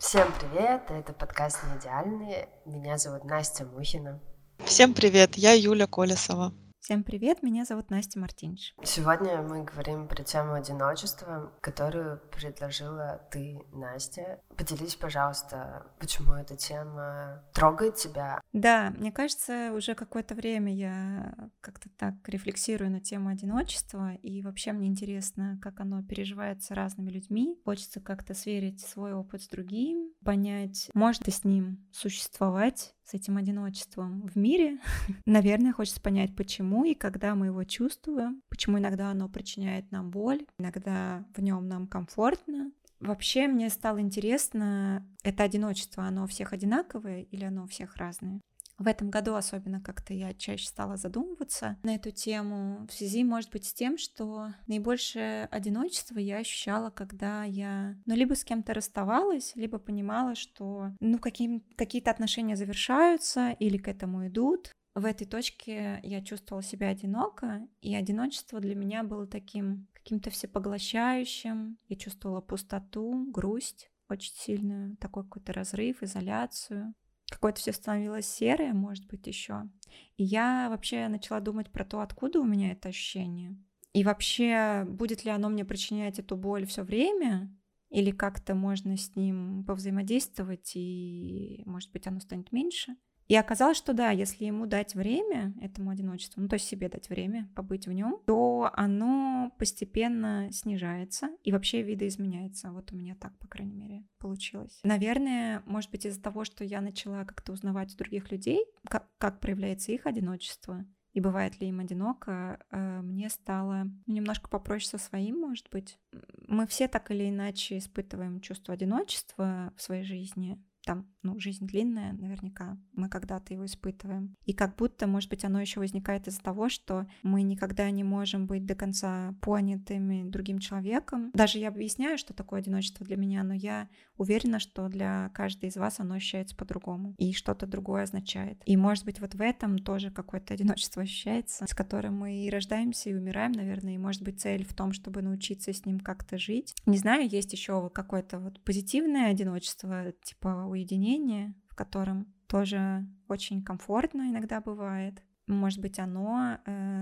Всем привет, это подкаст «Не идеальные». Меня зовут Настя Мухина. Всем привет, я Юля Колесова. Всем привет, меня зовут Настя Мартинш. Сегодня мы говорим про тему одиночества, которую предложила ты, Настя. Поделись, пожалуйста, почему эта тема трогает тебя? Да, мне кажется, уже какое-то время я как-то так рефлексирую на тему одиночества, и вообще мне интересно, как оно переживается разными людьми. Хочется как-то сверить свой опыт с другим, понять, может ли с ним существовать, с этим одиночеством в мире. Наверное, хочется понять, почему и когда мы его чувствуем, почему иногда оно причиняет нам боль, иногда в нем нам комфортно. Вообще мне стало интересно, это одиночество, оно у всех одинаковое или оно у всех разное? В этом году особенно как-то я чаще стала задумываться на эту тему в связи, может быть, с тем, что наибольшее одиночество я ощущала, когда я, либо с кем-то расставалась, либо понимала, что, какие-то отношения завершаются или к этому идут. В этой точке я чувствовала себя одиноко, и одиночество для меня было таким каким-то всепоглощающим. Я чувствовала пустоту, грусть очень сильную, такой какой-то разрыв, изоляцию. Какое-то все становилось серое, может быть, еще. И я вообще начала думать про то, откуда у меня это ощущение. И вообще, будет ли оно мне причинять эту боль все время, или как-то можно с ним повзаимодействовать, и, может быть, оно станет меньше. И оказалось, что да, если ему дать время, этому одиночеству, то есть себе дать время побыть в нем, то оно постепенно снижается и вообще видоизменяется. Вот у меня так, по крайней мере, получилось. Наверное, может быть, из-за того, что я начала как-то узнавать у других людей, как проявляется их одиночество, и бывает ли им одиноко, мне стало немножко попроще со своим, может быть. Мы все так или иначе испытываем чувство одиночества в своей жизни. Там, жизнь длинная, наверняка мы когда-то его испытываем. И как будто, может быть, оно еще возникает из-за того, что мы никогда не можем быть до конца понятыми другим человеком. Даже я объясняю, что такое одиночество для меня, но я уверена, что для каждой из вас оно ощущается по-другому и что-то другое означает. И, может быть, вот в этом тоже какое-то одиночество ощущается, с которым мы и рождаемся, и умираем, наверное, и, может быть, цель в том, чтобы научиться с ним как-то жить. Не знаю, есть еще какое-то позитивное одиночество, типа уединение, в котором тоже очень комфортно иногда бывает. Может быть, оно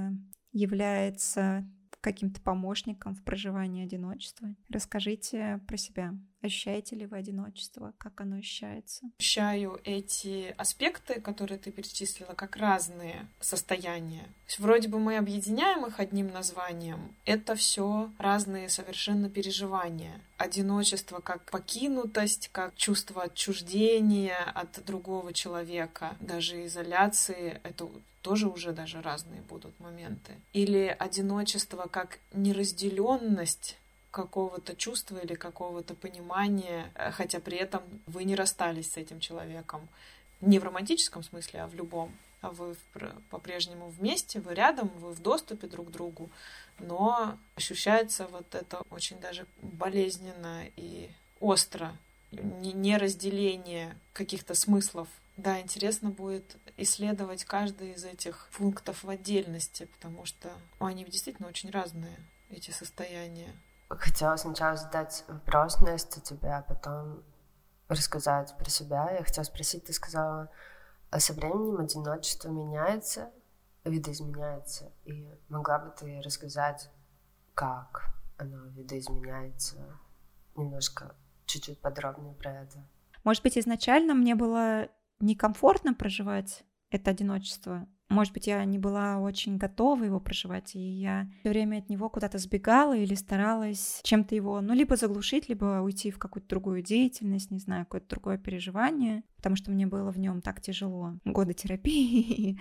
является каким-то помощником в проживании одиночества. Расскажите про себя. Ощущаете ли вы одиночество? Как оно ощущается? Ощущаю эти аспекты, которые ты перечислила, как разные состояния. То есть вроде бы мы объединяем их одним названием. Это все разные совершенно переживания. Одиночество как покинутость, как чувство отчуждения от другого человека, даже изоляции. Это тоже уже даже разные будут моменты. Или одиночество как неразделенность какого-то чувства или какого-то понимания, хотя при этом вы не расстались с этим человеком. Не в романтическом смысле, а в любом. А вы по-прежнему вместе, вы рядом, вы в доступе друг к другу, но ощущается это очень даже болезненно и остро. Неразделение каких-то смыслов. Да, интересно будет исследовать каждый из этих пунктов в отдельности, потому что они действительно очень разные, эти состояния. Хотела сначала задать вопрос, Настя, тебе, а потом рассказать про себя. Я хотела спросить, ты сказала, со временем одиночество меняется, видоизменяется. И могла бы ты рассказать, как оно видоизменяется? Немножко, чуть-чуть подробнее про это. Может быть, изначально мне было некомфортно проживать это одиночество. Может быть, я не была очень готова его проживать, и я все время от него куда-то сбегала или старалась чем-то его, либо заглушить, либо уйти в какую-то другую деятельность, не знаю, какое-то другое переживание, потому что мне было в нем так тяжело. Годы терапии,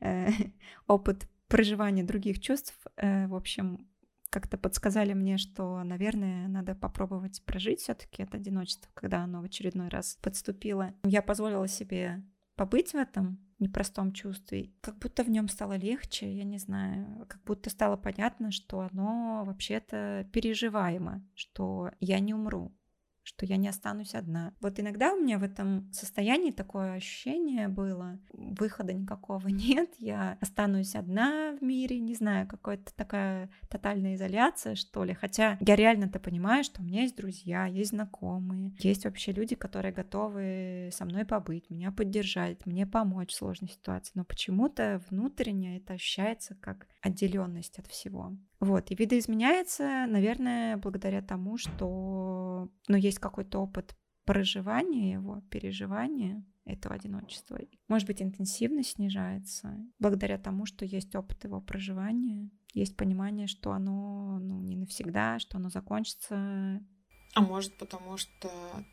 опыт проживания других чувств, в общем, как-то подсказали мне, что, наверное, надо попробовать прожить все-таки это одиночество, когда оно в очередной раз подступило. Я позволила себе побыть в этом непростом чувстве, как будто в нем стало легче, я не знаю, как будто стало понятно, что оно вообще-то переживаемо, что я не умру, что я не останусь одна. Вот иногда у меня в этом состоянии такое ощущение было, выхода никакого нет, я останусь одна в мире, не знаю, какая-то такая тотальная изоляция, что ли. Хотя я реально-то понимаю, что у меня есть друзья, есть знакомые, есть вообще люди, которые готовы со мной побыть, меня поддержать, мне помочь в сложной ситуации. Но почему-то внутренне это ощущается как отделенность от всего. Вот, и видоизменяется, наверное, благодаря тому, что, есть какой-то опыт проживания его, переживания этого одиночества. Может быть, интенсивность снижается благодаря тому, что есть опыт его проживания, есть понимание, что оно, не навсегда, что оно закончится. А может, потому что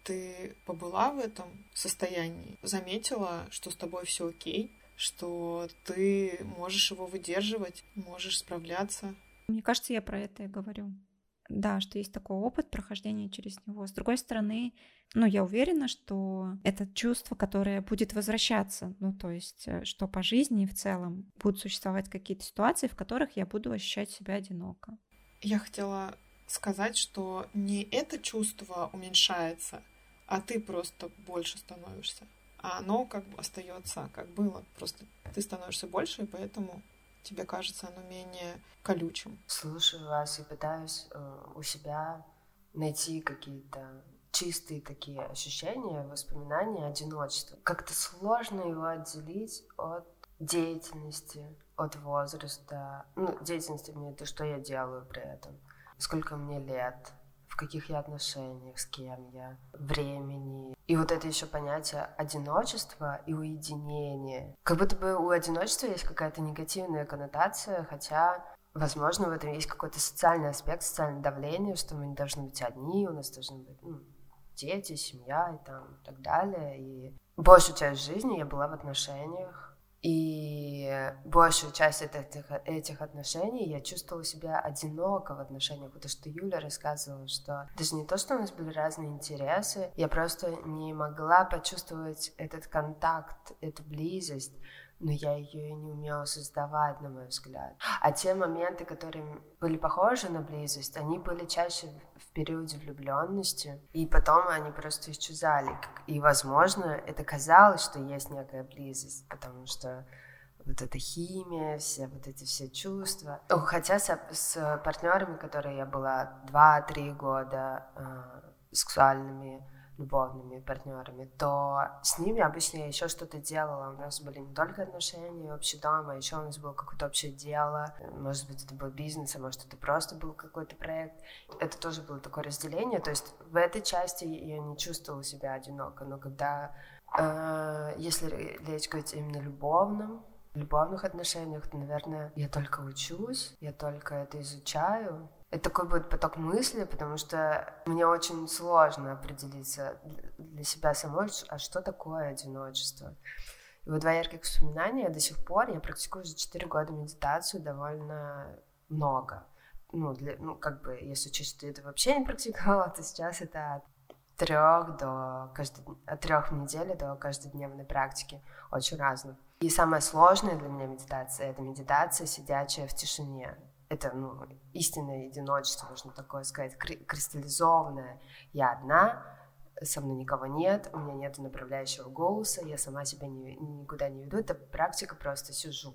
ты побыла в этом состоянии, заметила, что с тобой все окей, что ты можешь его выдерживать, можешь справляться. Мне кажется, я про это и говорю. Да, что есть такой опыт прохождения через него. С другой стороны, я уверена, что это чувство, которое будет возвращаться. То есть, что по жизни в целом будут существовать какие-то ситуации, в которых я буду ощущать себя одиноко. Я хотела сказать, что не это чувство уменьшается, а ты просто больше становишься. А оно как бы остается, как было. Просто ты становишься больше, и поэтому тебе кажется оно менее колючим. Слушаю вас и пытаюсь у себя найти какие-то чистые такие ощущения, воспоминания, одиночества. Как-то сложно его отделить от деятельности, от возраста. Деятельности мне это, что я делаю при этом, сколько мне лет, в каких я отношениях, с кем я, времени. И вот это еще понятие одиночества и уединения. Как будто бы у одиночества есть какая-то негативная коннотация, хотя, возможно, в этом есть какой-то социальный аспект, социальное давление, что мы не должны быть одни, у нас должны быть дети, семья и так далее. И большую часть жизни я была в отношениях. И большую часть этих отношений я чувствовала себя одиноко в отношениях, потому что Юля рассказывала, что даже не то, что у нас были разные интересы, я просто не могла почувствовать этот контакт, эту близость, но я ее и не умела создавать, на мой взгляд. А те моменты, которые были похожи на близость, они были чаще в периоде влюбленности, и потом они просто исчезали. И, возможно, это казалось, что есть некая близость, потому что вот эта химия, все чувства. Хотя с партнерами, которые я была 2-3 года, сексуальными, любовными партнерами, то с ними обычно я еще что-то делала. У нас были не только отношения, общий дом, а еще у нас было какое-то общее дело. Может быть, это был бизнес, а может, это просто был какой-то проект. Это тоже было такое разделение. То есть в этой части я не чувствовала себя одиноко. Но когда, если речь говорить именно любовных отношениях, то, наверное, я только учусь, я только это изучаю. Это такой будет поток мысли, потому что мне очень сложно определиться для себя самой, а что такое одиночество. И вот 2 ярких воспоминания до сих пор. Я практикую уже 4 года медитацию довольно много. Если учесть, что я это вообще не практиковала, то сейчас это от 3 недель до каждодневной практики. Очень разно. И самое сложное для меня медитация — это медитация, сидячая в тишине. Это, истинное одиночество, можно такое сказать, кристаллизованное. Я одна, со мной никого нет, у меня нет направляющего голоса, я сама себя никуда не веду. Это практика, просто сижу.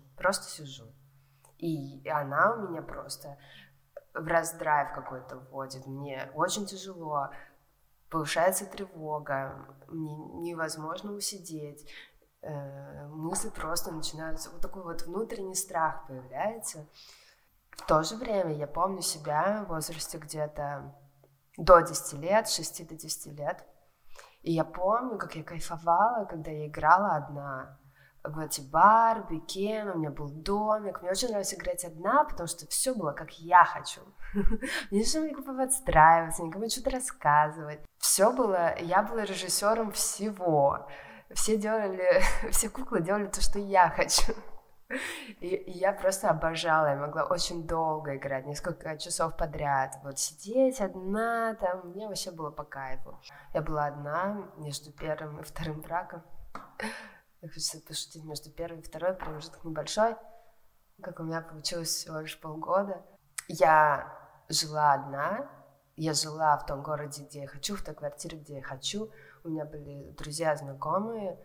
И она у меня просто в раздрайв какой-то вводит. Мне очень тяжело, повышается тревога, мне невозможно усидеть. Мысли просто начинаются, вот такой вот внутренний страх появляется. В то же время я помню себя в возрасте где-то до 10 лет, 6 до 10 лет. И я помню, как я кайфовала, когда я играла одна в эти Барби, Кен, у меня был домик. Мне очень нравилось играть одна, потому что все было как я хочу. Не нужно никому подстраиваться, никому что-то рассказывать. Все было, я была режиссером всего. Все куклы делали то, что я хочу. И я просто обожала, я могла очень долго играть, несколько часов подряд, вот сидеть одна, там, мне вообще было по кайфу. Я была одна между первым и вторым браком. Я хочу пошутить, между первым и второй промежуток небольшой, как у меня получилось всего лишь полгода. Я жила одна, я жила в том городе, где я хочу, в той квартире, где я хочу. У меня были друзья, знакомые,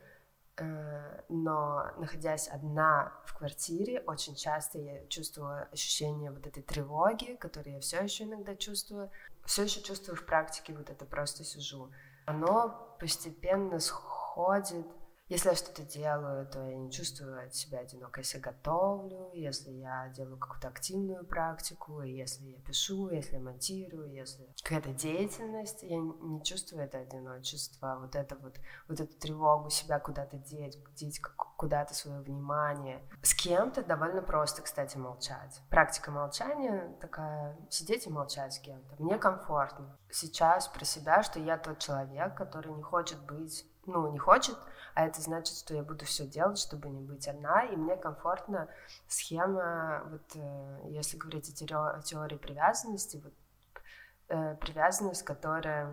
но находясь одна в квартире, очень часто я чувствую ощущение вот этой тревоги, которую я все еще иногда чувствую. Все еще чувствую в практике, вот это просто сижу. Оно постепенно сходит. Если я что-то делаю, то я не чувствую себя одиноко. Если я готовлю, если я делаю какую-то активную практику, если я пишу, если я монтирую, если какая-то деятельность, я не чувствую это одиночество, вот эту тревогу себя куда-то деть куда-то свое внимание. С кем-то довольно просто, кстати, молчать. Практика молчания такая, сидеть и молчать с кем-то. Мне комфортно. Сейчас про себя, что я тот человек, который не хочет быть, не хочет, а это значит, что я буду все делать, чтобы не быть одна, и мне комфортна схема, если говорить о теории привязанности, привязанность, которая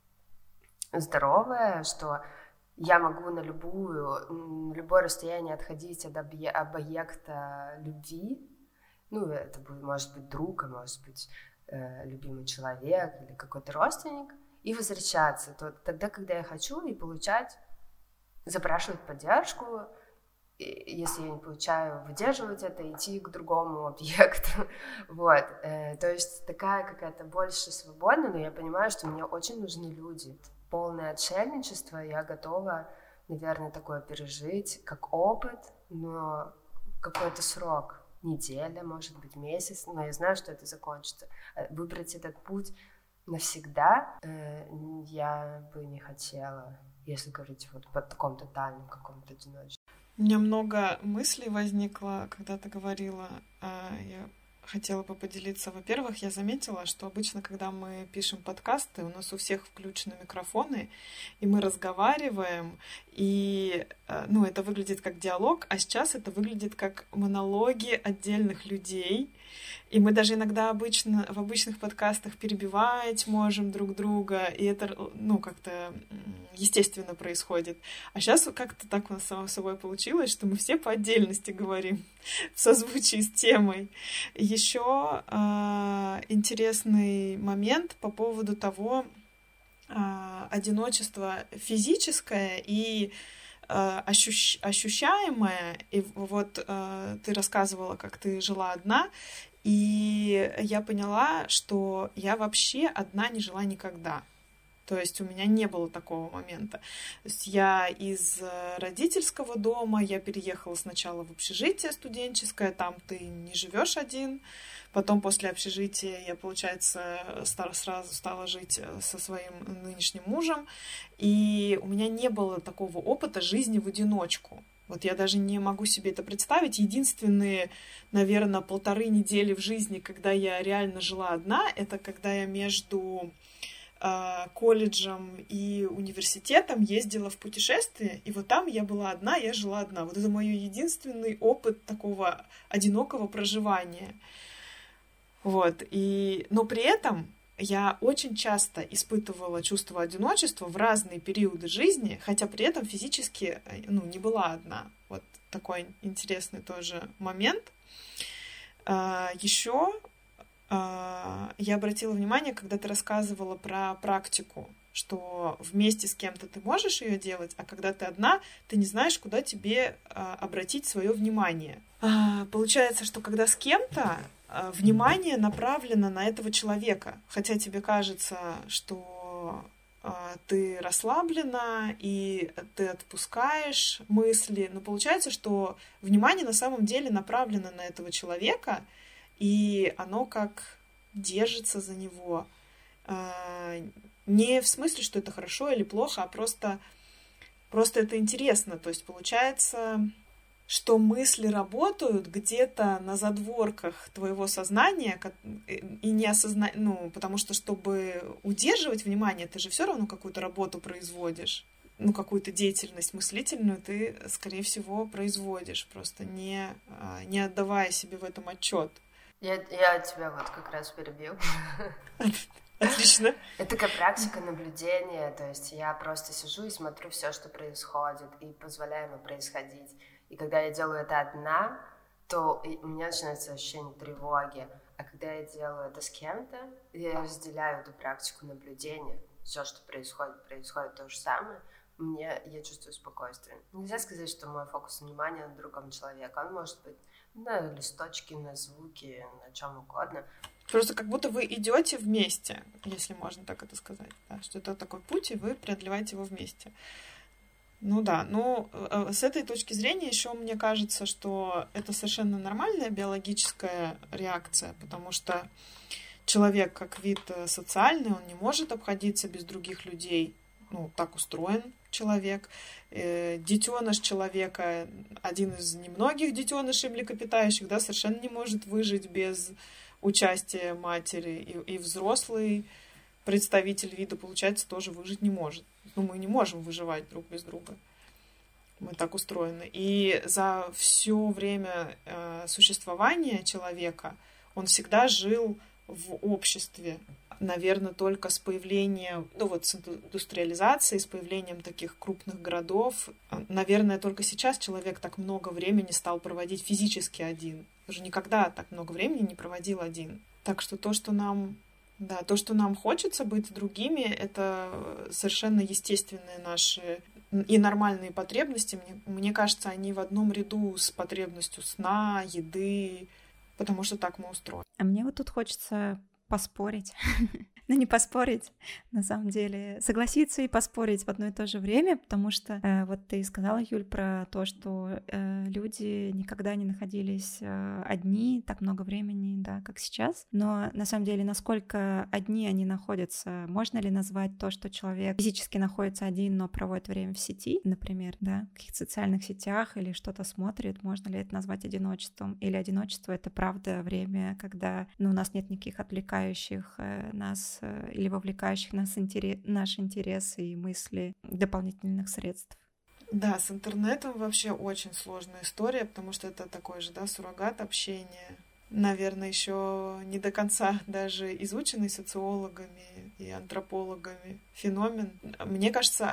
здоровая, что я могу на любое расстояние отходить от объекта любви, это может быть друг, а может быть любимый человек или какой-то родственник, и возвращаться тогда, когда я хочу, и получать, запрашивать поддержку, и если я не получаю, выдерживать это, идти к другому объекту, то есть такая какая-то больше свобода, но я понимаю, что мне очень нужны люди. Полное отшельничество я готова, наверное, такое пережить, как опыт, но какой-то срок, неделя, может быть, месяц, но я знаю, что это закончится. Выбрать этот путь навсегда я бы не хотела, если говорить под таком тотальном каком-то одиночестве. У меня много мыслей возникло, когда ты говорила. Я хотела бы поделиться. Во-первых, я заметила, что обычно, когда мы пишем подкасты, у нас у всех включены микрофоны, и мы разговариваем, и это выглядит как диалог, а сейчас это выглядит как монологи отдельных людей. И мы даже иногда в обычных подкастах перебивать можем друг друга, и это, как-то естественно происходит. А сейчас как-то так у нас само собой получилось, что мы все по отдельности говорим в созвучии с темой. Еще интересный момент по поводу того, одиночество физическое и ощущаемое. И ты рассказывала, как ты жила одна, и я поняла, что я вообще одна не жила никогда. То есть у меня не было такого момента. То есть я из родительского дома, я переехала сначала в общежитие студенческое, там ты не живешь один. Потом после общежития я, получается, сразу стала жить со своим нынешним мужем. И у меня не было такого опыта жизни в одиночку. Я даже не могу себе это представить. Единственные, наверное, 1,5 недели в жизни, когда я реально жила одна, это когда я между колледжем и университетом ездила в путешествие, и там я была одна, я жила одна. Это мой единственный опыт такого одинокого проживания. Но при этом я очень часто испытывала чувство одиночества в разные периоды жизни, хотя при этом физически не была одна. Такой интересный тоже момент. Еще я обратила внимание, когда ты рассказывала про практику, что вместе с кем-то ты можешь ее делать, а когда ты одна, ты не знаешь, куда тебе обратить свое внимание. Получается, что когда с кем-то, внимание направлено на этого человека, хотя тебе кажется, что ты расслаблена и ты отпускаешь мысли, но получается, что внимание на самом деле направлено на этого человека, и оно как держится за него. Не в смысле, что это хорошо или плохо, а просто это интересно. То есть получается, что мысли работают где-то на задворках твоего сознания и не потому что, чтобы удерживать внимание, ты же все равно какую-то работу производишь, какую-то деятельность мыслительную ты, скорее всего, производишь, просто не отдавая себе в этом отчет. Я тебя как раз перебью. Отлично. Это такая практика наблюдения, то есть я просто сижу и смотрю все, что происходит, и позволяю ему происходить. И когда я делаю это одна, то у меня начинается ощущение тревоги. А когда я делаю это с кем-то, я разделяю эту практику наблюдения, все, что происходит то же самое, я чувствую спокойствие. Нельзя сказать, что мой фокус внимания на другом человеке. Он может быть на листочке, на звуке, на чем угодно. Просто как будто вы идете вместе, если можно так это сказать. Да? Что это такой путь, и вы преодолеваете его вместе. Ну да, с этой точки зрения еще мне кажется, что это совершенно нормальная биологическая реакция, потому что человек как вид социальный, он не может обходиться без других людей. Так устроен человек. Детеныш человека, один из немногих детенышей млекопитающих, да, совершенно не может выжить без участия матери. И взрослый представитель вида, получается, тоже выжить не может. Мы не можем выживать друг без друга. Мы так устроены. И за все время существования человека он всегда жил в обществе. Наверное, только с появлением, с индустриализацией, с появлением таких крупных городов, наверное, только сейчас человек так много времени стал проводить физически один. Уже никогда так много времени не проводил один. Так что то, что нам хочется быть другими, это совершенно естественные наши и нормальные потребности. Мне кажется, они в одном ряду с потребностью сна, еды, потому что так мы устроены. А мне вот тут хочется поспорить. Ну, не поспорить, на самом деле, согласиться и поспорить в одно и то же время, потому что вот ты сказала, Юль, про то, что люди никогда не находились одни так много времени, да, как сейчас. Но на самом деле, насколько одни они находятся, можно ли назвать то, что человек физически находится один, но проводит время в сети, например, да, в каких-то социальных сетях или что-то смотрит, можно ли это назвать одиночеством? Или одиночество — это правда время, когда у нас нет никаких отвлекающих нас или вовлекающих нас наши интересы и мысли дополнительных средств. Да, с интернетом вообще очень сложная история, потому что это такой же, да, суррогат общения. Наверное, еще не до конца даже изученный социологами и антропологами феномен. Мне кажется,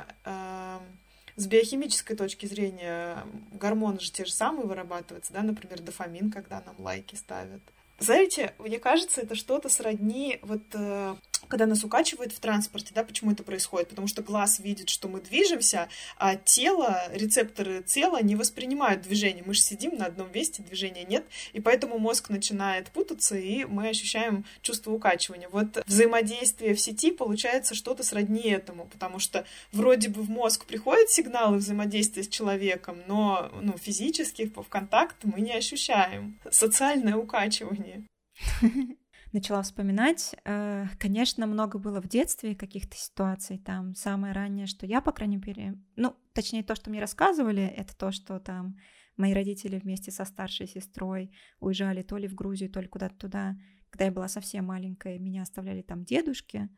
с биохимической точки зрения гормоны же те же самые вырабатываются, да, например, дофамин, когда нам лайки ставят. Знаете, мне кажется, это что-то сродни, когда нас укачивает в транспорте, да, почему это происходит? Потому что глаз видит, что мы движемся, а рецепторы тела не воспринимают движение. Мы же сидим на одном месте, движения нет, и поэтому мозг начинает путаться, и мы ощущаем чувство укачивания. Вот взаимодействие в сети получается что-то сродни этому, потому что вроде бы в мозг приходят сигналы взаимодействия с человеком, но физически в контакт мы не ощущаем. Социальное укачивание. Начала вспоминать. Конечно, много было в детстве каких-то ситуаций. Там самое раннее, что я, по крайней мере, точнее, то, что мне рассказывали, это то, что там мои родители вместе со старшей сестрой уезжали то ли в Грузию, то ли куда-то туда. Когда я была совсем маленькая, меня оставляли там дедушки.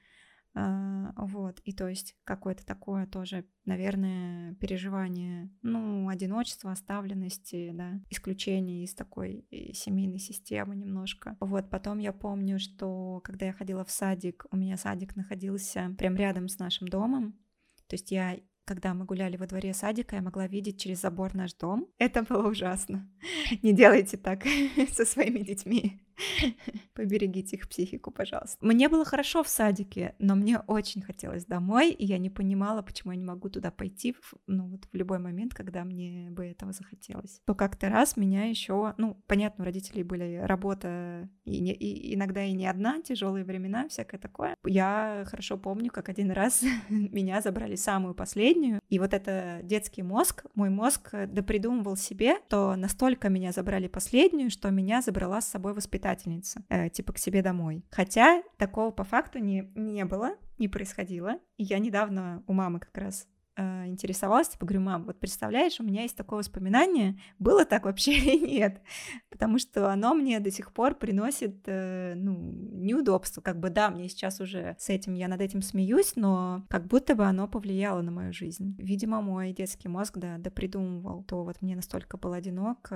И то есть какое-то такое тоже, наверное, переживание, одиночества, оставленности, да, исключение из такой семейной системы немножко. Потом я помню, что когда я ходила в садик, у меня садик находился прям рядом с нашим домом, то есть когда мы гуляли во дворе садика, я могла видеть через забор наш дом. Это было ужасно. Не делайте так со своими детьми. Поберегите их психику, пожалуйста. Мне было хорошо в садике, но мне очень хотелось домой, и я не понимала, почему я не могу туда пойти в любой момент, когда мне бы этого захотелось. То как-то раз меня еще, понятно, у родителей были работа, и иногда и не одна, тяжелые времена, всякое такое. Я хорошо помню, как один раз меня забрали самую последнюю, и вот это детский мозг, мой мозг допридумывал себе, что настолько меня забрали последнюю, что меня забрала с собой воспитательница, к себе домой. Хотя такого по факту не было, не происходило. И я недавно у мамы как раз интересовалась, говорю: мам, вот представляешь, у меня есть такое воспоминание, было так вообще или нет? Потому что оно мне до сих пор приносит, неудобство. Да, мне сейчас уже я над этим смеюсь, но как будто бы оно повлияло на мою жизнь. Видимо, мой детский мозг, допридумывал. То мне настолько было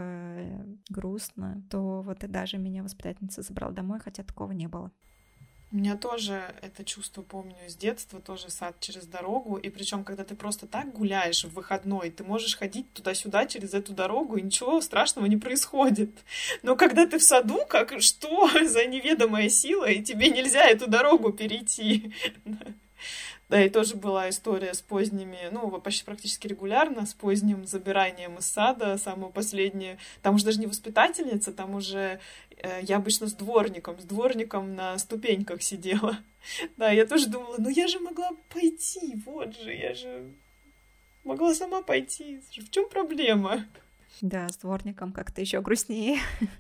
одиноко, грустно, то и даже меня воспитательница забрала домой, хотя такого не было. У меня тоже это чувство помню с детства, тоже сад через дорогу. И причем, когда ты просто так гуляешь в выходной, ты можешь ходить туда-сюда через эту дорогу, и ничего страшного не происходит. Но когда ты в саду, как что за неведомая сила, и тебе нельзя эту дорогу перейти. Да, и тоже была история с поздними, ну, почти практически регулярно, с поздним забиранием из сада, самое последнее. Там уже даже не воспитательница, там уже я обычно с дворником на ступеньках сидела. Да, я тоже думала, ну я же могла пойти, вот же, я же могла сама пойти. В чем проблема? Да, с дворником как-то еще грустнее.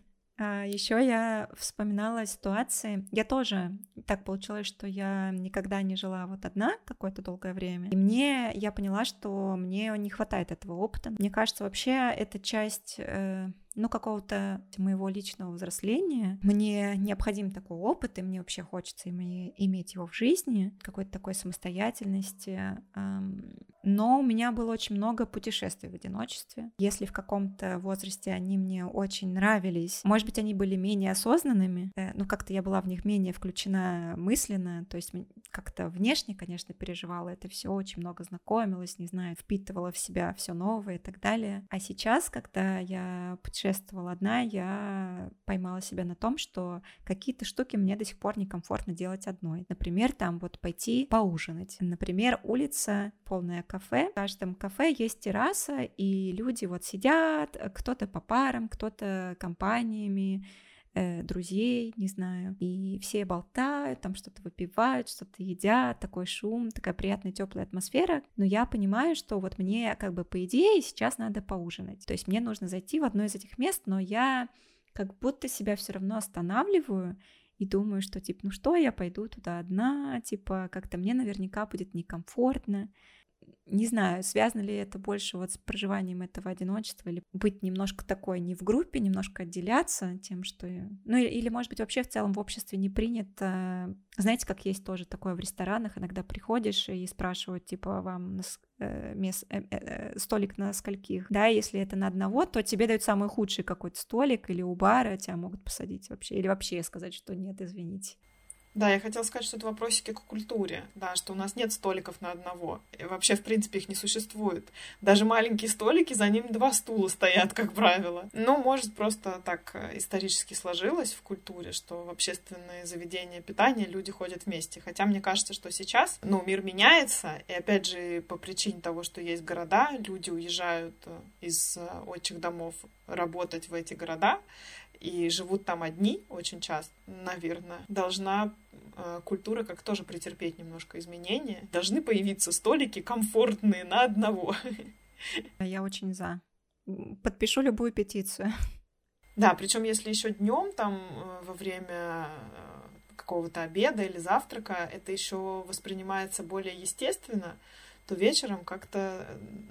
Еще я вспоминала ситуации. Я тоже так получилось, что я никогда не жила вот одна какое-то долгое время. И я поняла, что мне не хватает этого опыта. Мне кажется, вообще это часть какого-то моего личного взросления. Мне необходим такой опыт, и мне вообще хочется иметь его в жизни, какой-то такой самостоятельности. Но у меня было очень много путешествий в одиночестве. Если в каком-то возрасте они мне очень нравились, может быть, они были менее осознанными, но как-то я была в них менее включена мысленно, то есть как-то внешне, конечно, переживала это все, очень много знакомилась, не знаю, впитывала в себя все новое и так далее. А сейчас, когда я путешествовала одна, я поймала себя на том, что какие-то штуки мне до сих пор некомфортно делать одной. Например, там вот пойти поужинать. Например, улица, полная кафе. В каждом кафе есть терраса, и люди вот сидят, кто-то по парам, кто-то компаниями, друзей, не знаю, и все болтают, там что-то выпивают, что-то едят, такой шум, такая приятная теплая атмосфера, но я понимаю, что вот мне как бы по идее сейчас надо поужинать, то есть мне нужно зайти в одно из этих мест, но я как будто себя все равно останавливаю и думаю, что типа, ну что, я пойду туда одна, типа, как-то мне наверняка будет некомфортно. Не знаю, связано ли это больше вот с проживанием этого одиночества, или быть немножко такой не в группе, немножко отделяться тем, что... Ну, или, может быть, вообще в целом в обществе не принято... Знаете, как есть тоже такое в ресторанах, иногда приходишь и спрашивают, типа, вам столик на скольких? Да, если это на одного, то тебе дают самый худший какой-то столик, или у бара тебя могут посадить вообще, или вообще сказать, что нет, извините. Да, я хотела сказать, что это вопросики к культуре, да, что у нас нет столиков на одного. И вообще, в принципе, их не существует. Даже маленькие столики, за ними 2 стула стоят, как правило. Ну, может, просто так исторически сложилось в культуре, что в общественные заведения питания люди ходят вместе. Хотя мне кажется, что сейчас, мир меняется, и опять же, по причине того, что есть города, люди уезжают из отчих домов работать в эти города, и живут там одни очень часто, наверное, должна культура как тоже претерпеть немножко изменения. Должны появиться столики комфортные на одного. Я очень за. Подпишу любую петицию. Да, причем если еще днем там во время какого-то обеда или завтрака это еще воспринимается более естественно, то вечером как-то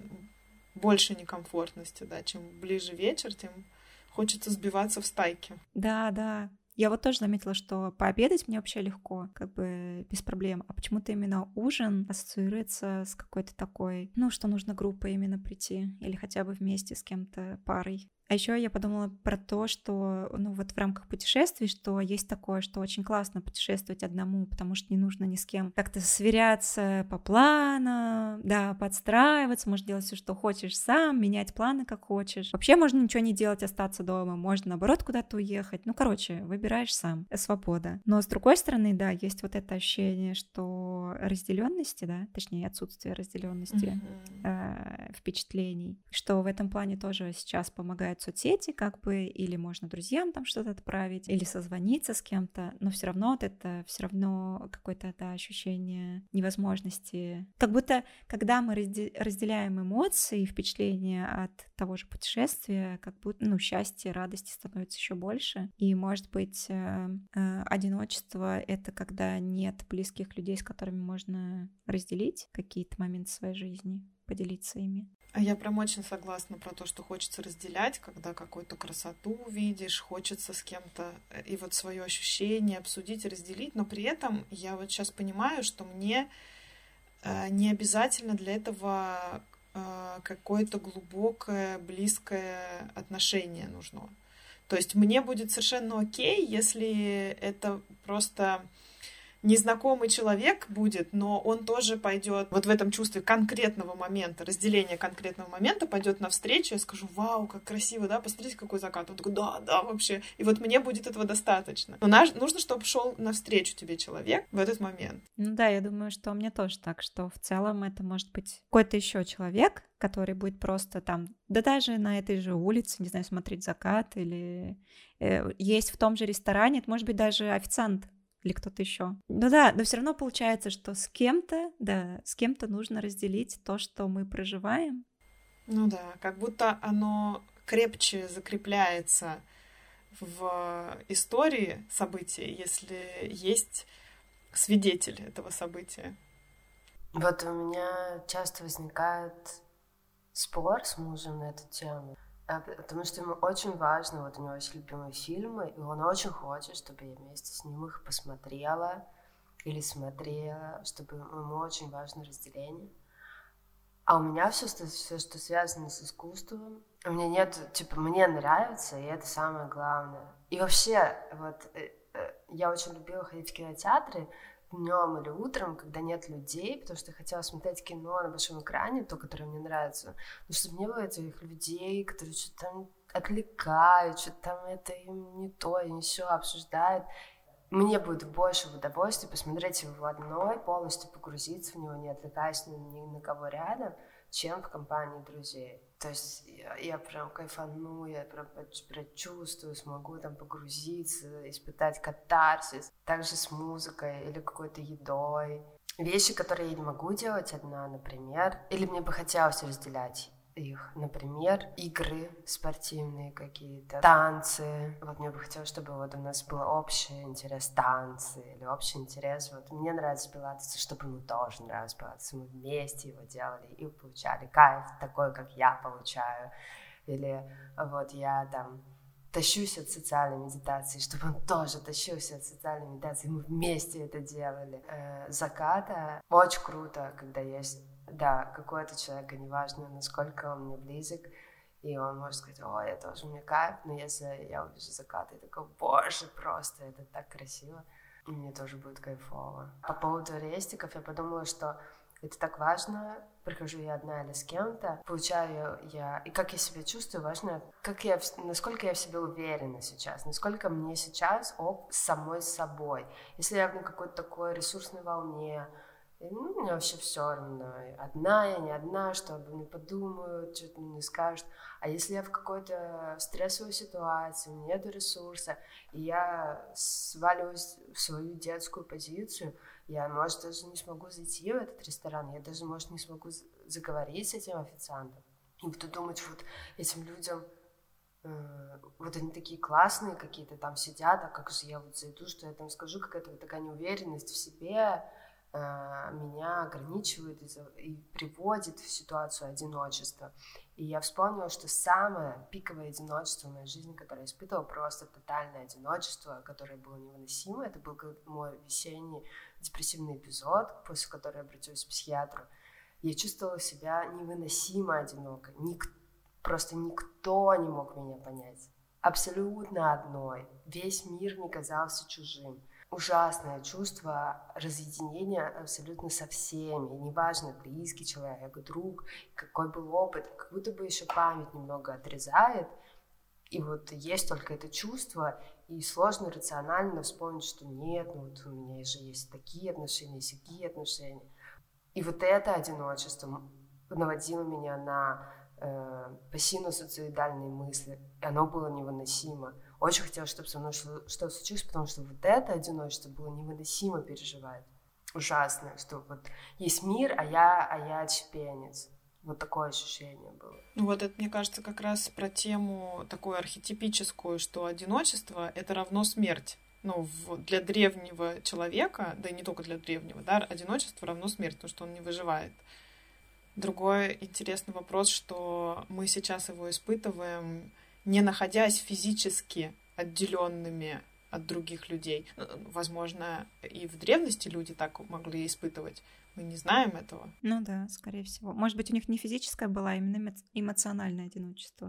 больше некомфортности, да, чем ближе вечер, тем хочется сбиваться в стайки. Да. Я вот тоже заметила, что пообедать мне вообще легко, как бы без проблем. А почему-то именно ужин ассоциируется с какой-то такой, что нужно группой именно прийти или хотя бы вместе с кем-то, парой. А еще я подумала про то, что, вот в рамках путешествий, что есть такое, что очень классно путешествовать одному, потому что не нужно ни с кем как-то сверяться по плану, да, подстраиваться, можешь делать все, что хочешь сам, менять планы, как хочешь. Вообще можно ничего не делать, остаться дома, можно, наоборот, куда-то уехать. Выбираешь сам. Свобода. Но, с другой стороны, да, есть вот это ощущение, что разделенности, да, точнее, отсутствие разделенности впечатлений, что в этом плане тоже сейчас помогает соцсети, как бы, или можно друзьям там что-то отправить, или созвониться с кем-то, но все равно какое-то ощущение невозможности. Как будто, когда мы разделяем эмоции и впечатления от того же путешествия, как будто, счастье, радости становится еще больше. И, может быть, одиночество — это когда нет близких людей, с которыми можно разделить какие-то моменты своей жизни, поделиться ими. А я прям очень согласна про то, что хочется разделять, когда какую-то красоту видишь, хочется с кем-то и вот свое ощущение обсудить, разделить, но при этом я вот сейчас понимаю, что мне не обязательно для этого какое-то глубокое, близкое отношение нужно. То есть мне будет совершенно окей, если это просто незнакомый человек будет, но он тоже пойдет вот в этом чувстве конкретного момента, разделения конкретного момента, пойдет навстречу, я скажу: вау, как красиво, да, посмотрите, какой закат. Он такой: да, вообще. И вот мне будет этого достаточно. Но нужно, чтобы шел навстречу тебе человек в этот момент. Ну да, я думаю, что мне тоже так, что в целом это может быть какой-то еще человек, который будет просто там, да даже на этой же улице, не знаю, смотреть закат или есть в том же ресторане, это может быть даже официант или кто-то еще. Ну да, но все равно получается, что с кем-то нужно разделить то, что мы проживаем. Ну да, как будто оно крепче закрепляется в истории события, если есть свидетель этого события. Вот у меня часто возникает спор с мужем на эту тему, потому что ему очень важно, вот у него есть любимые фильмы, и он очень хочет, чтобы я вместе с ним их посмотрела или смотрела, чтобы ему очень важно разделение. А у меня все, что связано с искусством, у меня нет, типа, мне нравится, и это самое главное. И вообще, вот, я очень любила ходить в кинотеатры днем или утром, когда нет людей, потому что я хотела смотреть кино на большом экране, то, которое мне нравится. Но чтобы не было этих людей, которые что-то там отвлекают, что-то там это им не то и не все обсуждают. Мне будет больше в удовольствие посмотреть его одной, полностью погрузиться в него, не отвлекаясь ни на кого рядом, чем в компании друзей. То есть я прям кайфану, я прям прочувствую, смогу там погрузиться, испытать катарсис. Также с музыкой или какой-то едой. Вещи, которые я не могу делать одна, например, или мне бы хотелось разделять их, например, игры спортивные какие-то, танцы. Вот мне бы хотелось, чтобы вот у нас был общий интерес танцы или общий интерес. Вот мне нравится пилатес, чтобы ему тоже нравился пилатес. Мы вместе его делали и получали кайф такой, как я получаю. Или вот я там тащусь от социальной медитации, чтобы он тоже тащился от социальной медитации. Мы вместе это делали. Заката очень круто, когда есть, да, какой-то человек, неважно, насколько он мне близок, и он может сказать: о, я тоже, мне кайф, но если я увижу закат, я такой: боже, просто это так красиво, и мне тоже будет кайфово. По поводу рестиков я подумала, что это так важно, прихожу я одна или с кем-то, получаю я, и как я себя чувствую, важно, насколько я в себе уверена сейчас, насколько мне сейчас с самой собой. Если я на какой-то такой ресурсной волне, мне вообще все равно, одна я, не одна, что обо мне подумают, что-то мне скажут. А если я в какой-то стрессовой ситуации, у меня нет ресурса, и я сваливаюсь в свою детскую позицию, я, может, даже не смогу зайти в этот ресторан, я даже, может, не смогу заговорить с этим официантом. И буду думать, вот этим людям, вот они такие классные какие-то там сидят, а как же я вот зайду, что я там скажу, какая-то вот такая неуверенность в себе меня ограничивает и приводит в ситуацию одиночества. И я вспомнила, что самое пиковое одиночество в моей жизни, которое я испытывала, просто тотальное одиночество, которое было невыносимо, это был мой весенний депрессивный эпизод, после которого я обратилась к психиатру. Я чувствовала себя невыносимо одиноко. Просто никто не мог меня понять. Абсолютно одной. Весь мир мне казался чужим. Ужасное чувство разъединения абсолютно со всеми. Неважно, близкий человек, друг, какой был опыт, как будто бы еще память немного отрезает. И вот есть только это чувство, и сложно рационально вспомнить, что нет, ну вот у меня же есть такие отношения, сякие отношения. И вот это одиночество наводило меня на пассивно-суицидальные мысли, и оно было невыносимо. Очень хотела, чтобы со мной что-то случилось, потому что вот это одиночество было невыносимо переживать. Ужасно, что вот есть мир, а я отщепенец. Вот такое ощущение было. Ну вот это, мне кажется, как раз про тему такую архетипическую, что одиночество — это равно смерть. Ну, для древнего человека, да и не только для древнего, да, одиночество равно смерть, потому что он не выживает. Другой интересный вопрос, что мы сейчас его испытываем, не находясь физически отделенными от других людей. Возможно, и в древности люди так могли испытывать. Мы не знаем этого. Ну да, скорее всего. Может быть, у них не физическое было, а именно эмоциональное одиночество.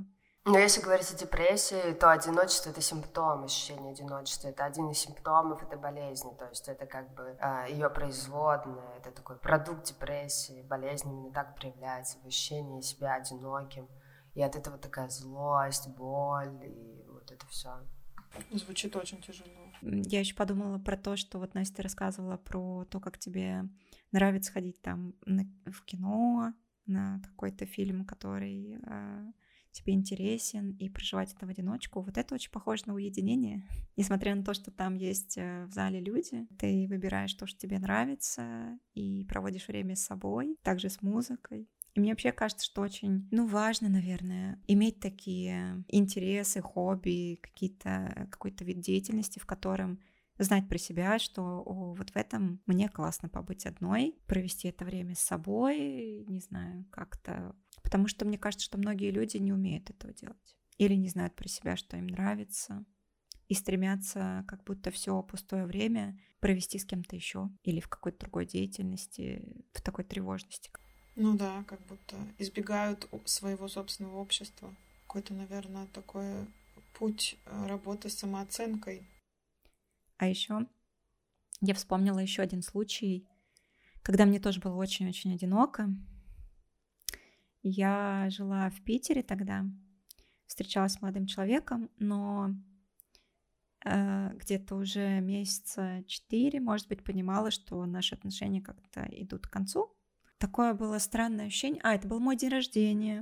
Но если говорить о депрессии, то одиночество — это симптом, ощущение одиночества. Это один из симптомов этой болезни. То есть это как бы ее производная, это такой продукт депрессии. Болезнь именно так проявляется, в ощущении себя одиноким. И от этого такая злость, боль и вот это все. Звучит очень тяжело. Я еще подумала про то, что вот Настя рассказывала про то, как тебе нравится ходить там в кино, на какой-то фильм, который тебе интересен, и проживать это в одиночку. Вот это очень похоже на уединение. Несмотря на то, что там есть в зале люди, ты выбираешь то, что тебе нравится, и проводишь время с собой, также с музыкой. И мне вообще кажется, что очень, важно, наверное, иметь такие интересы, хобби, какой-то вид деятельности, в котором знать про себя, что вот в этом мне классно побыть одной, провести это время с собой, не знаю, как-то. Потому что мне кажется, что многие люди не умеют этого делать. Или не знают про себя, что им нравится, и стремятся как будто все пустое время провести с кем-то еще или в какой-то другой деятельности, в такой тревожности. Ну да, как будто избегают своего собственного общества. Какой-то, наверное, такой путь работы с самооценкой. А еще я вспомнила еще один случай, когда мне тоже было очень-очень одиноко. Я жила в Питере тогда, встречалась с молодым человеком, но где-то уже месяца 4, может быть, понимала, что наши отношения как-то идут к концу. Такое было странное ощущение. Это был мой день рождения.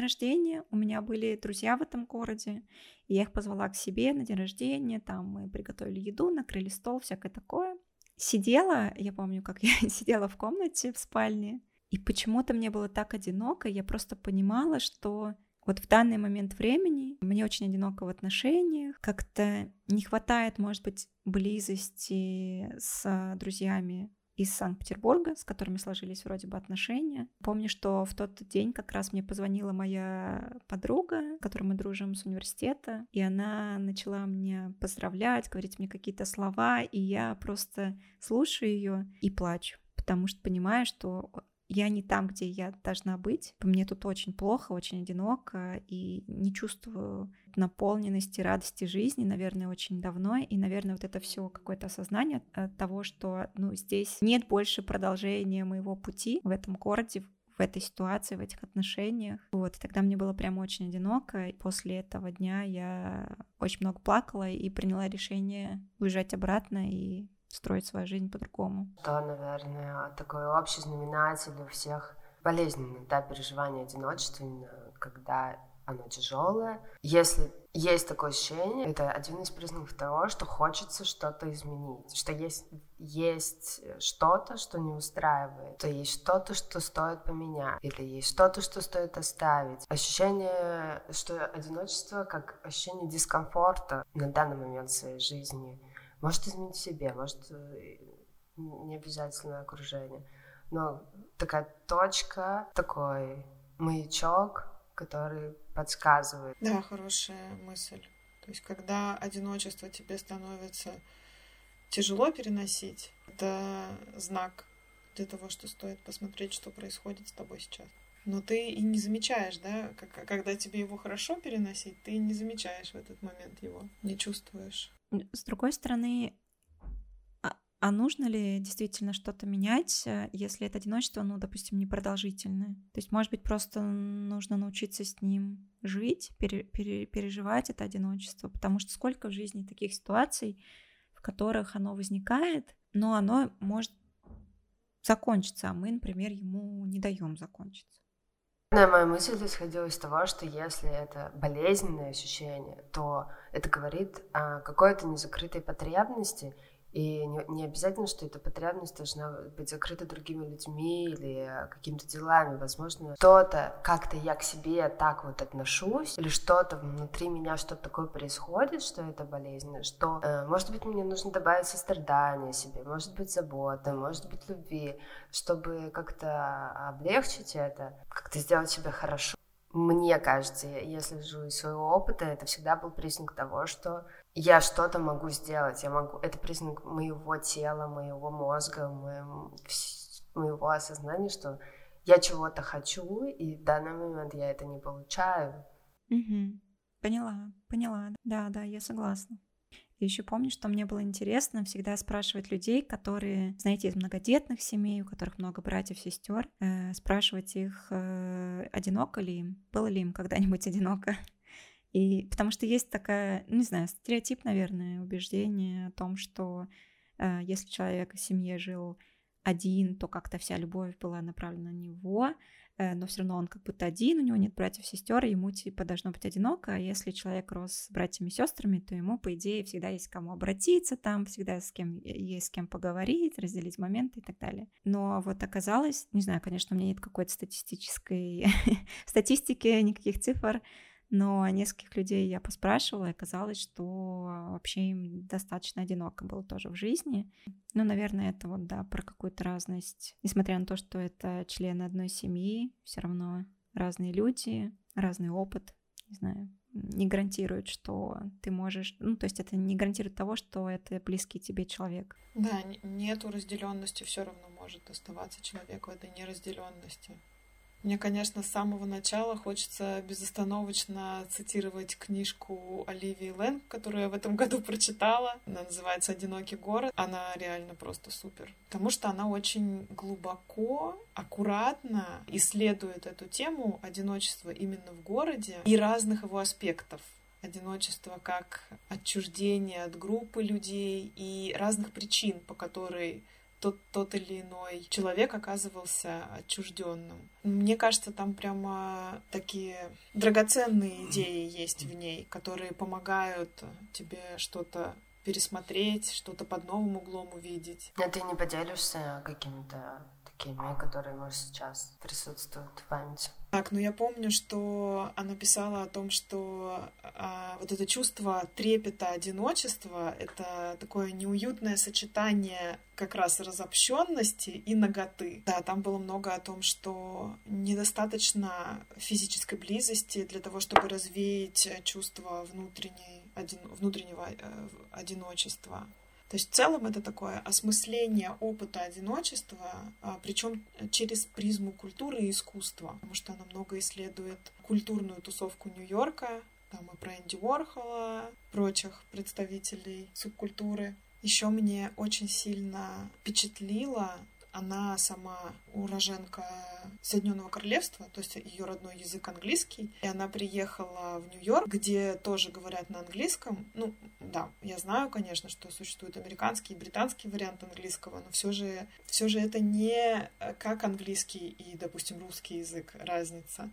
У меня были друзья в этом городе. И я их позвала к себе на день рождения. Там мы приготовили еду, накрыли стол, всякое такое. Сидела, я помню, как я сидела в комнате, в спальне. И почему-то мне было так одиноко. Я просто понимала, что вот в данный момент времени мне очень одиноко в отношениях. Как-то не хватает, может быть, близости с друзьями из Санкт-Петербурга, с которыми сложились вроде бы отношения. Помню, что в тот день как раз мне позвонила моя подруга, с которой мы дружим с университета, и она начала меня поздравлять, говорить мне какие-то слова, и я просто слушаю ее и плачу, потому что понимаю, что я не там, где я должна быть. Мне тут очень плохо, очень одиноко, и не чувствую наполненности, радости жизни, наверное, очень давно. И, наверное, вот это все какое-то осознание того, что здесь нет больше продолжения моего пути в этом городе, в этой ситуации, в этих отношениях. Вот, и тогда мне было прям очень одиноко. И после этого дня я очень много плакала и приняла решение уезжать обратно и строить свою жизнь по-другому. Да, наверное, такой общий знаменатель у всех болезненный, переживание одиночества, именно когда оно тяжелое. Если есть такое ощущение, это один из признаков того, что хочется что-то изменить, что есть что-то, что не устраивает, что есть что-то, что стоит поменять, или есть что-то, что стоит оставить. Ощущение, что одиночество как ощущение дискомфорта на данный момент в своей жизни может изменить в себе, может не обязательно окружение, но такая точка, такой маячок, который подсказывает. Да, хорошая мысль. То есть, когда одиночество тебе становится тяжело переносить, это знак для того, что стоит посмотреть, что происходит с тобой сейчас. Но ты и не замечаешь, да, когда тебе его хорошо переносить, ты не замечаешь в этот момент его, не чувствуешь. С другой стороны, а нужно ли действительно что-то менять, если это одиночество, допустим, непродолжительное? То есть, может быть, просто нужно научиться с ним жить, переживать это одиночество, потому что сколько в жизни таких ситуаций, в которых оно возникает, но оно может закончиться, а мы, например, ему не даем закончиться. Моя мысль исходила из того, что если это болезненное ощущение, то это говорит о какой-то незакрытой потребности, и не обязательно, что эта потребность должна быть закрыта другими людьми или какими-то делами. Возможно, что-то, как-то я к себе так вот отношусь, или что-то внутри меня, что-то такое происходит, что это болезненно, что, может быть, мне нужно добавить сострадания себе, может быть, заботы, может быть, любви, чтобы как-то облегчить это, как-то сделать себе хорошо. Мне кажется, если живу из своего опыта, это всегда был признак того, что я что-то могу сделать, это признак моего тела, моего мозга, моего осознания, что я чего-то хочу, и в данный момент я это не получаю. Угу. Поняла. Да, я согласна. И еще помню, что мне было интересно всегда спрашивать людей, которые, знаете, из многодетных семей, у которых много братьев, сестер, спрашивать их, одиноко ли им, было ли им когда-нибудь одиноко. И потому что есть такая, не знаю, стереотип, наверное, убеждение о том, что если человек в семье жил один, то как-то вся любовь была направлена на него, но все равно он как будто один, у него нет братьев, сестер, ему типа должно быть одиноко, а если человек рос с братьями и сестрами, то ему, по идее, всегда есть к кому обратиться, там всегда есть с кем поговорить, разделить моменты и так далее. Но вот оказалось, не знаю, конечно, у меня нет какой-то статистики, никаких цифр, но нескольких людей я поспрашивала, и оказалось, что вообще им достаточно одиноко было тоже в жизни. Ну, наверное, это вот, да, про какую-то разность. Несмотря на то, что это члены одной семьи, все равно разные люди, разный опыт, не знаю, не гарантирует, что ты можешь... Ну, то есть это не гарантирует того, что это близкий тебе человек. Да, нету разделенности, все равно может оставаться человек в этой неразделенности. Мне, конечно, с самого начала хочется безостановочно цитировать книжку Оливии Лэнг, которую я в этом году прочитала. Она называется «Одинокий город». Она реально просто супер. Потому что она очень глубоко, аккуратно исследует эту тему одиночества именно в городе и разных его аспектов. Одиночество как отчуждение от группы людей и разных причин, по которой тот или иной человек оказывался отчужденным. Мне кажется, там прямо такие драгоценные идеи есть в ней, которые помогают тебе что-то пересмотреть, что-то под новым углом увидеть. А ты не поделишься какими-то такими, которые, может, сейчас присутствуют в памяти? Так, ну я помню, что она писала о том, что вот это чувство трепета, одиночества — это такое неуютное сочетание как раз разобщенности и наготы. Да, там было много о том, что недостаточно физической близости для того, чтобы развеять чувство внутреннего одиночества. То есть в целом это такое осмысление опыта одиночества, причем через призму культуры и искусства, потому что она много исследует культурную тусовку Нью-Йорка, там и про Энди Уорхола, прочих представителей субкультуры. Еще мне очень сильно впечатлила, она сама уроженка Соединенного Королевства, то есть ее родной язык английский, и она приехала в Нью-Йорк, где тоже говорят на английском. Ну, да, я знаю, конечно, что существует американский и британский вариант английского, но все же это не как английский и, допустим, русский язык разница.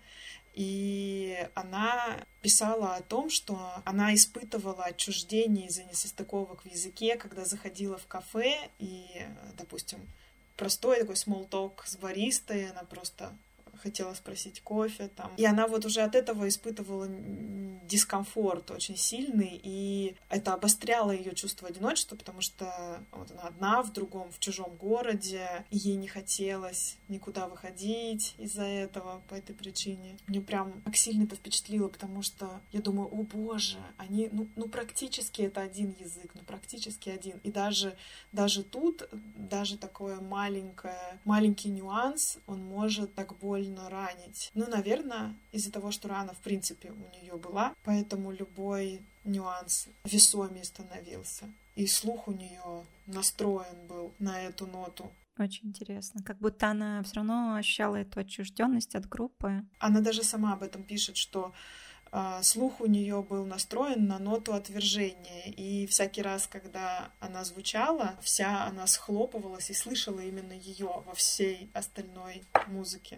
И она писала о том, что она испытывала отчуждение из-за несостыковок в языке, когда заходила в кафе и, допустим, простой такой small talk с баристой, она просто хотела спросить кофе там. И она вот уже от этого испытывала дискомфорт очень сильный, и это обостряло ее чувство одиночества, потому что вот она одна в чужом городе, и ей не хотелось никуда выходить из-за этого, по этой причине. Мне прям так сильно это впечатлило, потому что я думаю, о боже, они, ну практически это один язык, практически один. И даже тут, даже такой маленький нюанс, он может так больно ранить. Ну, наверное, из-за того, что рана, в принципе, у нее была, поэтому любой нюанс весомее становился. И слух у нее настроен был на эту ноту. Очень интересно. Как будто она все равно ощущала эту отчужденность от группы. Она даже сама об этом пишет, что слух у нее был настроен на ноту отвержения, и всякий раз, когда она звучала, вся она схлопывалась и слышала именно ее во всей остальной музыке.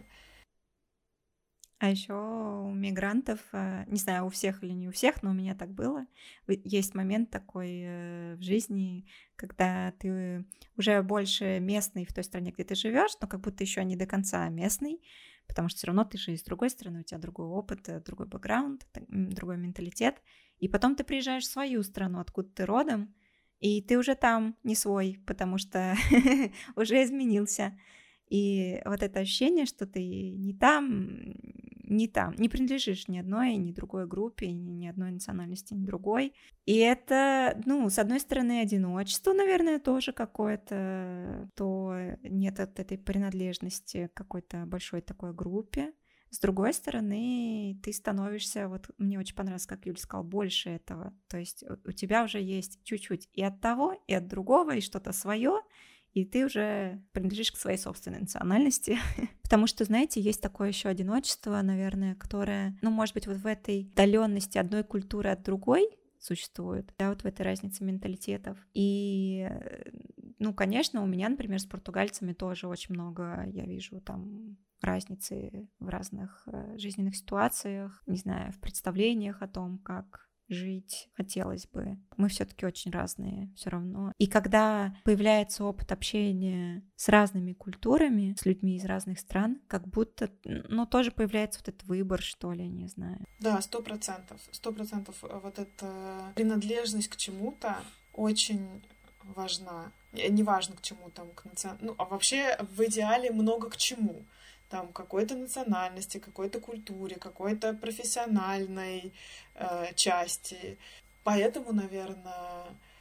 А еще у мигрантов, не знаю, у всех или не у всех, но у меня так было, есть момент такой в жизни, когда ты уже больше местный в той стране, где ты живешь, но как будто еще не до конца местный, потому что все равно ты же из другой страны, у тебя другой опыт, другой бэкграунд, другой менталитет. И потом ты приезжаешь в свою страну, откуда ты родом, и ты уже там не свой, потому что уже изменился. И вот это ощущение, что ты не принадлежишь ни одной, ни другой группе, ни одной национальности, ни другой. И это, с одной стороны, одиночество, наверное, тоже какое-то, то нет от этой принадлежности к какой-то большой такой группе. С другой стороны, ты становишься, вот мне очень понравилось, как Юля сказала, больше этого. То есть у тебя уже есть чуть-чуть и от того, и от другого, и что-то свое, и ты уже принадлежишь к своей собственной национальности. Потому что, знаете, есть такое еще одиночество, наверное, которое, ну, может быть, вот в этой удаленности одной культуры от другой существует, да, вот в этой разнице менталитетов. И, ну, конечно, у меня, например, с португальцами тоже очень много, я вижу там разницы в разных жизненных ситуациях, не знаю, в представлениях о том, как жить хотелось бы. Мы все-таки очень разные все равно. И когда появляется опыт общения с разными культурами, с людьми из разных стран, как будто, ну, тоже появляется вот этот выбор, что ли, не знаю. Да, 100%. 100% вот эта принадлежность к чему-то очень важна. Не важно к чему там, ну, а вообще в идеале много к чему. Там какой-то национальности, какой-то культуре, какой-то профессиональной части. Поэтому, наверное,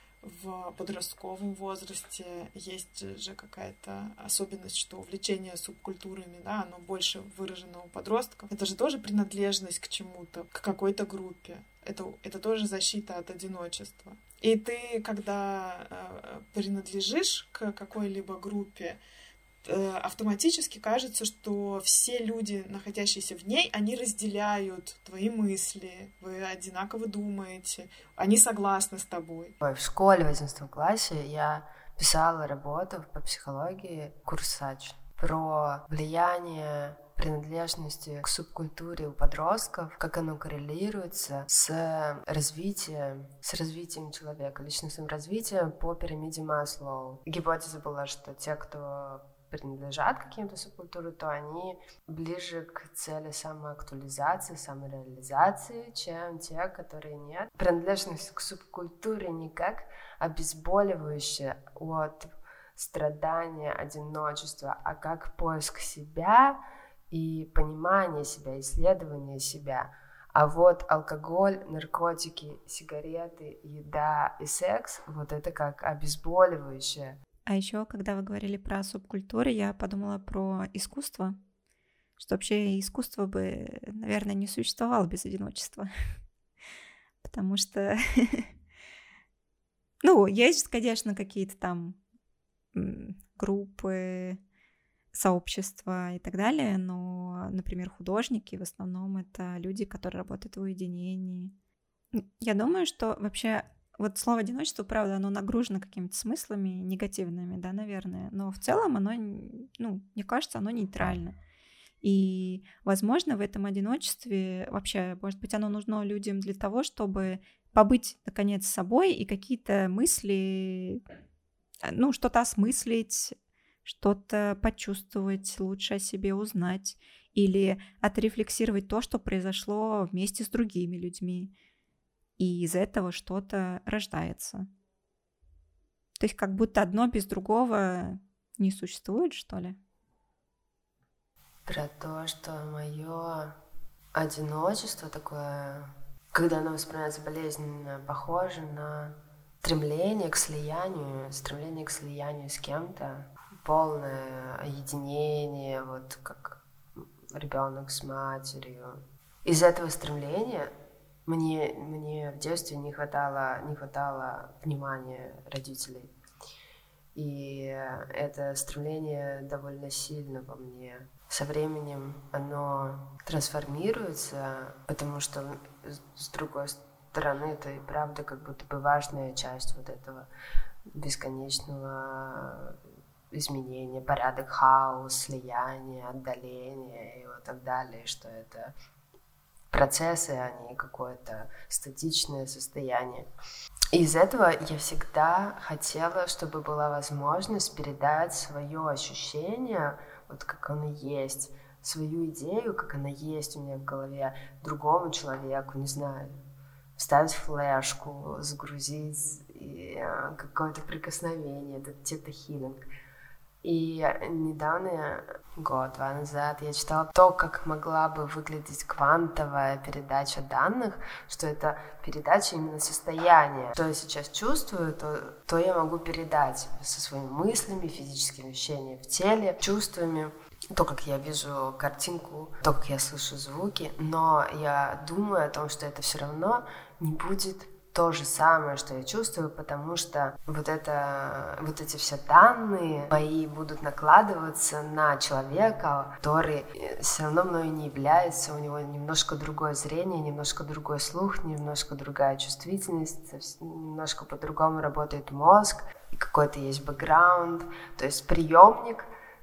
в подростковом возрасте есть же какая-то особенность, что увлечение субкультурами, да, оно больше выражено у подростков. Это же тоже принадлежность к чему-то, к какой-то группе. Это тоже защита от одиночества. И ты, когда принадлежишь к какой-либо группе, автоматически кажется, что все люди, находящиеся в ней, они разделяют твои мысли, вы одинаково думаете, они согласны с тобой. В школе в 11 классе я писала работу по психологии «Курсач» про влияние принадлежности к субкультуре у подростков, как оно коррелируется с развитием человека, личностным развитием по пирамиде Маслоу. Гипотеза была, что те, кто принадлежат каким-то субкультурам, то они ближе к цели самоактуализации, самореализации, чем те, которые нет. Принадлежность к субкультуре не как обезболивающее от страдания, одиночества, а как поиск себя и понимание себя, исследование себя. А вот алкоголь, наркотики, сигареты, еда и секс, вот это как обезболивающее. А еще, когда вы говорили про субкультуры, я подумала про искусство, что вообще искусство бы, наверное, не существовало без одиночества. Потому что, ну, есть, конечно, какие-то там группы, сообщества и так далее, но, например, художники в основном это люди, которые работают в уединении. Я думаю, что вообще вот слово «одиночество», правда, оно нагружено какими-то смыслами негативными, да, наверное, но в целом оно, ну, мне кажется, оно нейтрально. И, возможно, в этом одиночестве вообще, может быть, оно нужно людям для того, чтобы побыть, наконец, собой и какие-то мысли, ну, что-то осмыслить, что-то почувствовать, лучше о себе узнать или отрефлексировать то, что произошло вместе с другими людьми. И из этого что-то рождается. То есть как будто одно без другого не существует, что ли? Про то, что мое одиночество такое, когда оно воспринимается болезненно, похоже на стремление к слиянию с кем-то, полное единение, вот как ребенок с матерью. Из этого стремления мне в детстве не хватало внимания родителей. И это стремление довольно сильно во мне. Со временем оно трансформируется, потому что, с другой стороны, это и правда как будто бы важная часть вот этого бесконечного изменения, порядок, хаос, слияние, отдаление и вот так далее, что это процессы, а не какое-то статичное состояние. И из этого я всегда хотела, чтобы была возможность передать свое ощущение, вот как оно есть, свою идею, как она есть у меня в голове, другому человеку, не знаю, вставить флешку, загрузить какое-то прикосновение, это тета-хилинг. И недавно, год-два назад, я читала то, как могла бы выглядеть квантовая передача данных, что это передача именно состояния. Что я сейчас чувствую, то я могу передать со своими мыслями, физическими ощущениями в теле, чувствами. то, как я вижу картинку, то, как я слышу звуки, но я думаю о том, что это все равно не будет то же самое, что я чувствую, потому что вот эти все данные мои будут накладываться на человека, который все равно мною не является, у него немножко другое зрение, немножко другой слух, немножко другая чувствительность, немножко по-другому работает мозг, и какой-то есть бэкграунд, то есть приемник,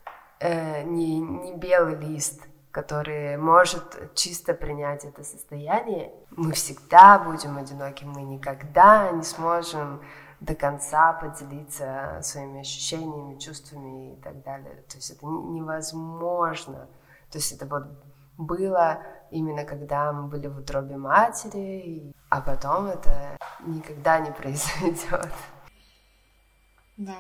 не белый лист, который может чисто принять это состояние. Мы всегда будем одиноки, мы никогда не сможем до конца поделиться своими ощущениями, чувствами и так далее. То есть это невозможно. То есть это вот было именно когда мы были в утробе матери, а потом это никогда не произойдет. Да.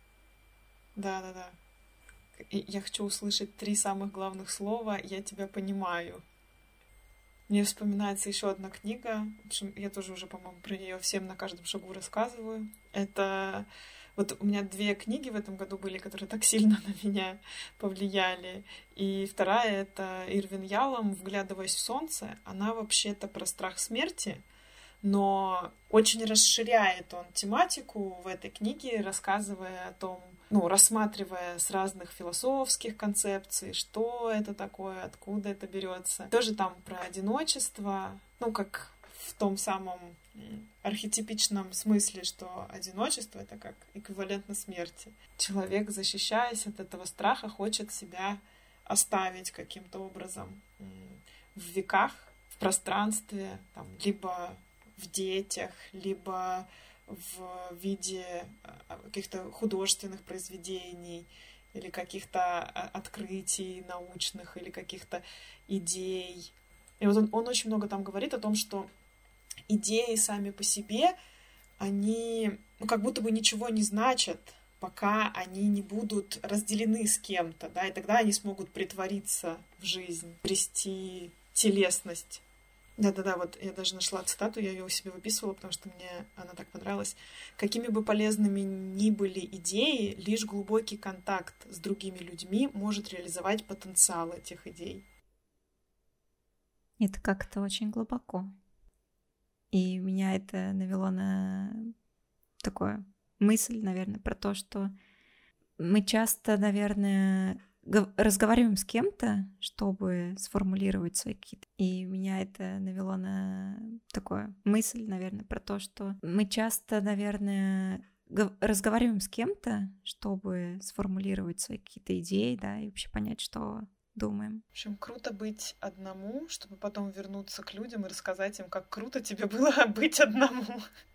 Я хочу услышать 3 самых главных слова «я тебя понимаю». Мне вспоминается еще одна книга, в общем, я тоже уже, по-моему, про нее всем на каждом шагу рассказываю. Это вот у меня 2 книги в этом году были, которые так сильно на меня повлияли. И вторая — это Ирвин Ялом «Вглядываясь в солнце». Она вообще-то про страх смерти, но очень расширяет он тематику в этой книге, рассказывая о том, рассматривая с разных философских концепций, что это такое, откуда это берется. Тоже там про одиночество, как в том самом архетипичном смысле, что одиночество — это как эквивалентно смерти. Человек, защищаясь от этого страха, хочет себя оставить каким-то образом в веках, в пространстве, либо в детях, либо в виде каких-то художественных произведений или каких-то открытий научных или каких-то идей. И вот он очень много там говорит о том, что идеи сами по себе, они как будто бы ничего не значат, пока они не будут разделены с кем-то, да, и тогда они смогут притвориться в жизнь, обрести телесность. Да, вот я даже нашла цитату, я ее у себя выписывала, потому что мне она так понравилась. Какими бы полезными ни были идеи, лишь глубокий контакт с другими людьми может реализовать потенциал этих идей. Это как-то очень глубоко. И меня это навело на такую мысль, наверное, про то, что мы часто, наверное, разговариваем с кем-то, чтобы сформулировать свои какие-то. И меня это навело на такую мысль, наверное, про то, что мы часто, наверное, разговариваем с кем-то, чтобы сформулировать свои какие-то идеи, да, и вообще понять, что думаем. В общем, круто быть одному, чтобы потом вернуться к людям и рассказать им, как круто тебе было быть одному.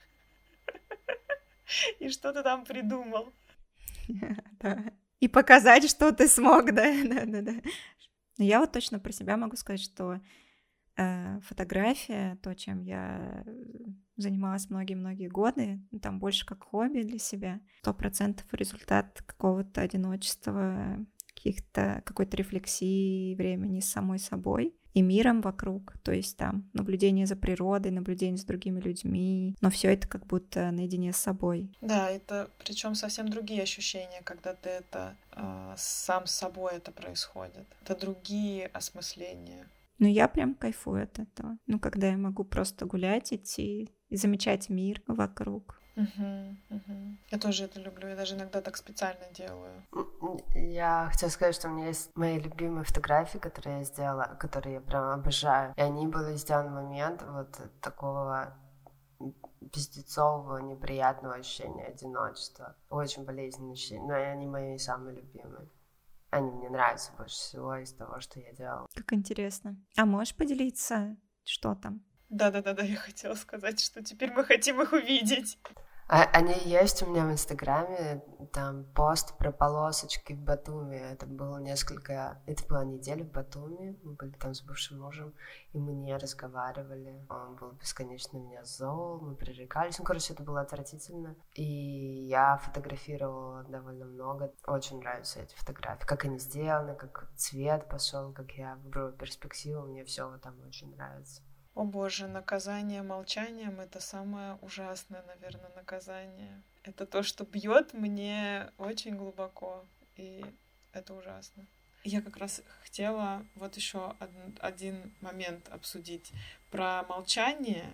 И что ты там придумал. Да. И показать, что ты смог, да. Но я вот точно про себя могу сказать, что фотография, то, чем я занималась многие-многие годы, там больше как хобби для себя, 100% результат какого-то одиночества, какой-то рефлексии времени с самой собой и миром вокруг, то есть там наблюдение за природой, наблюдение за другими людьми, но все это как будто наедине с собой. Да, это причем совсем другие ощущения, когда ты это сам с собой это происходит. Это другие осмысления. Ну, я прям кайфую от этого. Когда я могу просто гулять, идти и замечать мир вокруг. Я тоже это люблю, я даже иногда так специально делаю. Я хотела сказать, что у меня есть мои любимые фотографии, которые я сделала, которые я прям обожаю. И они были сделаны в момент вот такого пиздецового, неприятного ощущения одиночества. Очень болезненное ощущение, но они мои самые любимые. Они мне нравятся больше всего из того, что я делала. Как интересно. А можешь поделиться, что там? Да, я хотела сказать, что теперь мы хотим их увидеть. Они есть у меня в Инстаграме, там пост про полосочки в Батуми, это была неделя в Батуми, мы были там с бывшим мужем, и мы не разговаривали, он был бесконечно меня зол, мы пререкались, это было отвратительно, и я фотографировала довольно много, очень нравятся эти фотографии, как они сделаны, как цвет пошел, как я выбрала перспективу, мне все вот там очень нравится. О боже, наказание молчанием — это самое ужасное, наверное, наказание. Это то, что бьет мне очень глубоко, и это ужасно. Я как раз хотела вот еще один момент обсудить про молчание,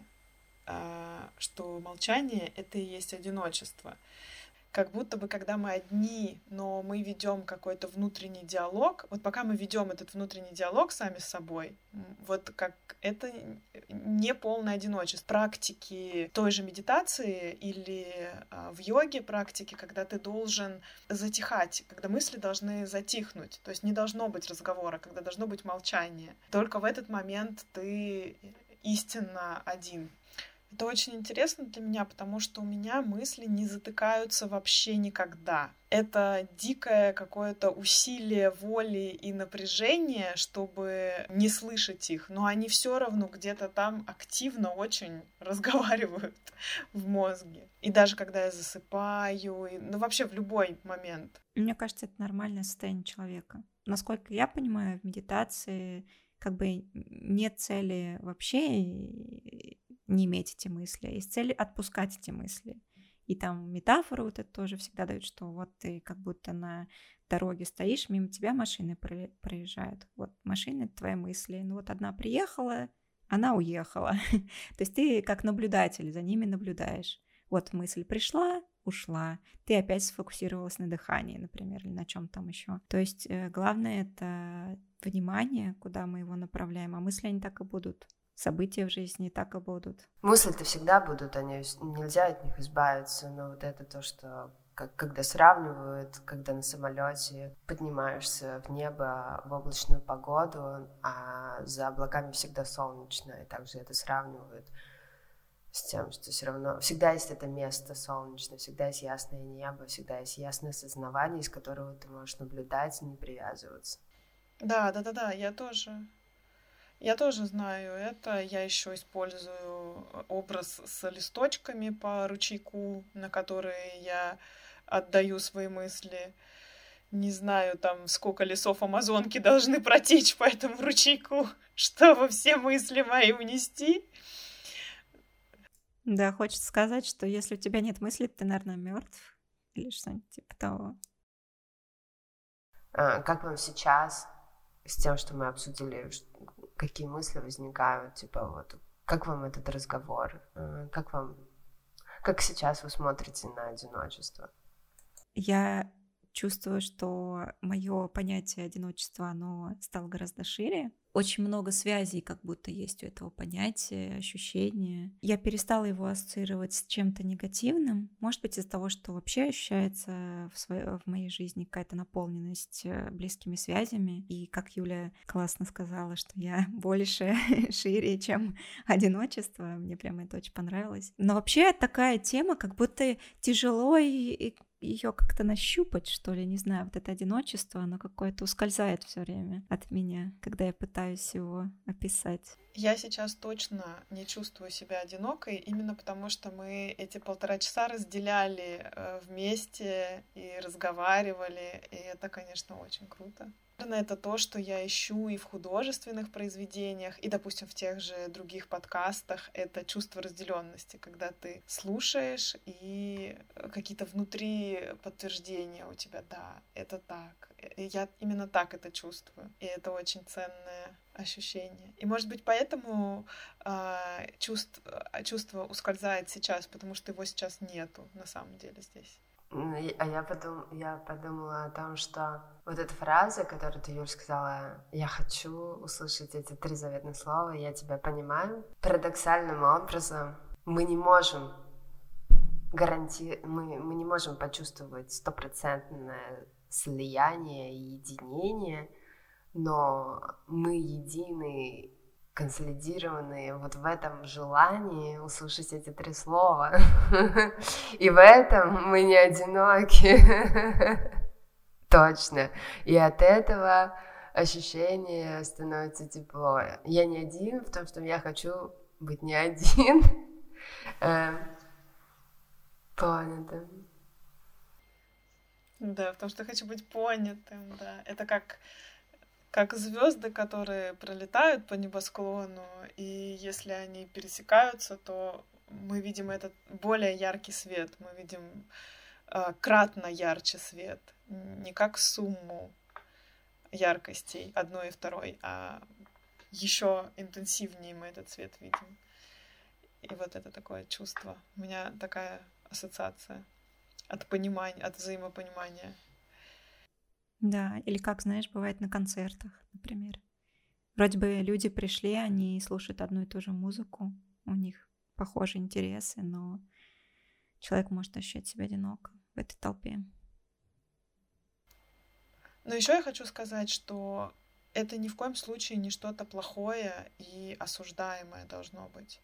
что молчание — это и есть одиночество. Как будто бы, когда мы одни, но мы ведем какой-то внутренний диалог, вот пока мы ведем этот внутренний диалог сами с собой, вот как это не полное одиночество. Практики той же медитации или в йоге практики, когда ты должен затихать, когда мысли должны затихнуть, то есть не должно быть разговора, когда должно быть молчание. Только в этот момент ты истинно один. Это очень интересно для меня, потому что у меня мысли не затыкаются вообще никогда. Это дикое какое-то усилие воли и напряжения, чтобы не слышать их, но они все равно где-то там активно очень разговаривают в мозге. И даже когда я засыпаю, ну вообще в любой момент. Мне кажется, это нормальное состояние человека. Насколько я понимаю, в медитации как бы нет цели вообще не иметь эти мысли, а есть цель отпускать эти мысли. И там метафору вот это тоже всегда дают, что вот ты как будто на дороге стоишь, мимо тебя машины проезжают. Вот машины — это твои мысли. Ну вот одна приехала, она уехала. То есть ты как наблюдатель за ними наблюдаешь. Вот мысль пришла, ушла. Ты опять сфокусировалась на дыхании, например, или на чем там еще. То есть главное — это внимание, куда мы его направляем, а мысли они так и будут. События в жизни так и будут. Мысли-то всегда будут, нельзя от них избавиться, но вот это то, что когда сравнивают, когда на самолете поднимаешься в небо в облачную погоду, а за облаками всегда солнечно, и также это сравнивают с тем, что все равно всегда есть это место солнечное, всегда есть ясное небо, всегда есть ясное сознавание, из которого ты можешь наблюдать и не привязываться. Да, я тоже знаю это. Я еще использую образ с листочками по ручейку, на которые я отдаю свои мысли. Не знаю, там, сколько лесов Амазонки должны протечь по этому ручейку, чтобы все мысли мои унести. Да, хочется сказать, что если у тебя нет мыслей, ты, наверное, мертв или что-нибудь типа того. Как вам сейчас с тем, что мы обсудили, какие мысли возникают, типа вот, как вам этот разговор, как сейчас вы смотрите на одиночество? Я чувствую, что мое понятие одиночества, оно стало гораздо шире. Очень много связей как будто есть у этого понятия, ощущения. Я перестала его ассоциировать с чем-то негативным. Может быть, из-за того, что вообще ощущается в моей жизни какая-то наполненность близкими связями. И как Юля классно сказала, что я больше, шире, чем одиночество. Мне прямо это очень понравилось. Но вообще такая тема, как будто тяжело и ее как-то нащупать, что ли, не знаю, вот это одиночество, оно какое-то ускользает все время от меня, когда я пытаюсь его описать. Я сейчас точно не чувствую себя одинокой, именно потому что мы эти 1,5 часа разделяли вместе и разговаривали, и это, конечно, очень круто. Наверное, это то, что я ищу и в художественных произведениях, и, допустим, в тех же других подкастах. Это чувство разделенности, когда ты слушаешь, и какие-то внутри подтверждения у тебя, да, это так. И я именно так это чувствую. И это очень ценное ощущение. И, может быть, поэтому чувство ускользает сейчас, потому что его сейчас нету на самом деле здесь. А я подумала о том, что вот эта фраза, которую ты, Юль, сказала, я хочу услышать эти 3 заветных слова, я тебя понимаю. Парадоксальным образом мы не можем мы не можем почувствовать 100% слияние и единение, но мы едины, консолидированные вот в этом желании услышать эти 3 слова. И в этом мы не одиноки. Точно. И от этого ощущение становится тепло. Я не один в том, что я хочу быть не один. Понятым. Да, потому что хочу быть понятым, да. Это как звезды, которые пролетают по небосклону, и если они пересекаются, то мы видим этот более яркий свет, мы видим кратно ярче свет, не как сумму яркостей одной и второй, а еще интенсивнее мы этот цвет видим. И вот это такое чувство. У меня такая ассоциация от понимания, от взаимопонимания. Да, или как, знаешь, бывает на концертах, например. Вроде бы люди пришли, они слушают одну и ту же музыку, у них похожие интересы, но человек может ощущать себя одиноко в этой толпе. Но еще я хочу сказать, что это ни в коем случае не что-то плохое и осуждаемое должно быть.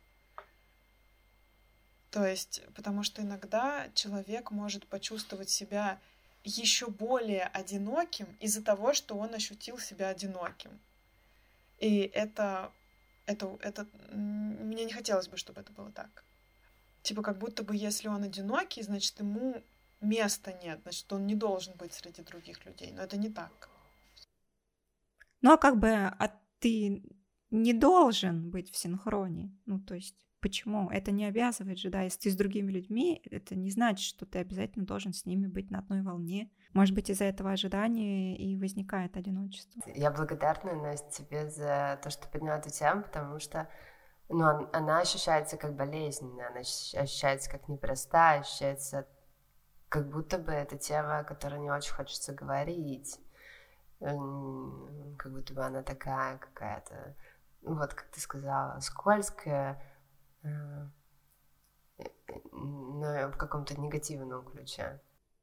То есть, потому что иногда человек может почувствовать себя еще более одиноким из-за того, что он ощутил себя одиноким. И это мне не хотелось бы, чтобы это было так. Типа как будто бы если он одинокий, значит ему места нет, значит он не должен быть среди других людей. Но это не так. Ну а как бы ты не должен быть в синхроне. Ну то есть почему? Это не обязывает же, да, если ты с другими людьми, это не значит, что ты обязательно должен с ними быть на одной волне. Может быть, из-за этого ожидания и возникает одиночество. Я благодарна, Настя, тебе за то, что подняла эту тему, потому что она ощущается как болезненная, она ощущается как непростая, ощущается как будто бы это тема, о которой не очень хочется говорить. Как будто бы она такая какая-то, вот как ты сказала, скользкая, но в каком-то негативном ключе.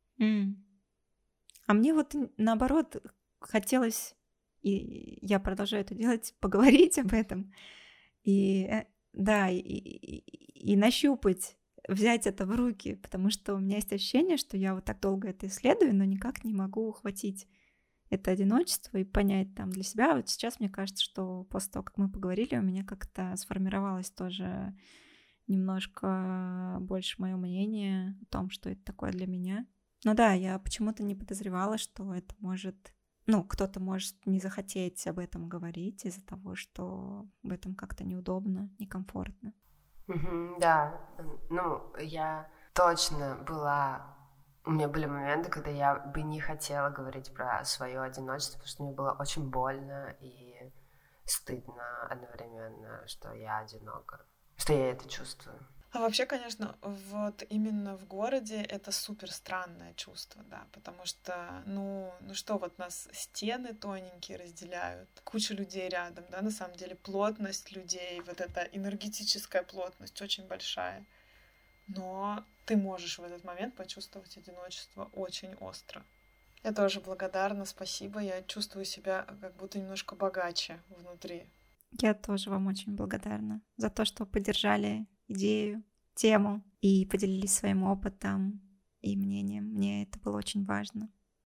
А мне вот наоборот хотелось, и я продолжаю это делать, поговорить об этом, и да, и нащупать, взять это в руки, потому что у меня есть ощущение, что я вот так долго это исследую, но никак не могу ухватить это одиночество и понять там для себя. Вот сейчас мне кажется, что после того, как мы поговорили, у меня как-то сформировалось тоже немножко больше мое мнение о том, что это такое для меня. Ну да, я почему-то не подозревала, что это может... кто-то может не захотеть об этом говорить из-за того, что в этом как-то неудобно, некомфортно. Да, я точно была... У меня были моменты, когда я бы не хотела говорить про свое одиночество, потому что мне было очень больно и стыдно одновременно, что я одинока, что я это чувствую. А вообще, конечно, вот именно в городе это супер странное чувство, да, потому что, что вот нас стены тоненькие разделяют, куча людей рядом, да, на самом деле плотность людей, вот эта энергетическая плотность очень большая, но ты можешь в этот момент почувствовать одиночество очень остро. Я тоже благодарна, спасибо, я чувствую себя как будто немножко богаче внутри. Я тоже вам очень благодарна за то, что поддержали идею, тему и поделились своим опытом и мнением. Мне это было очень важно.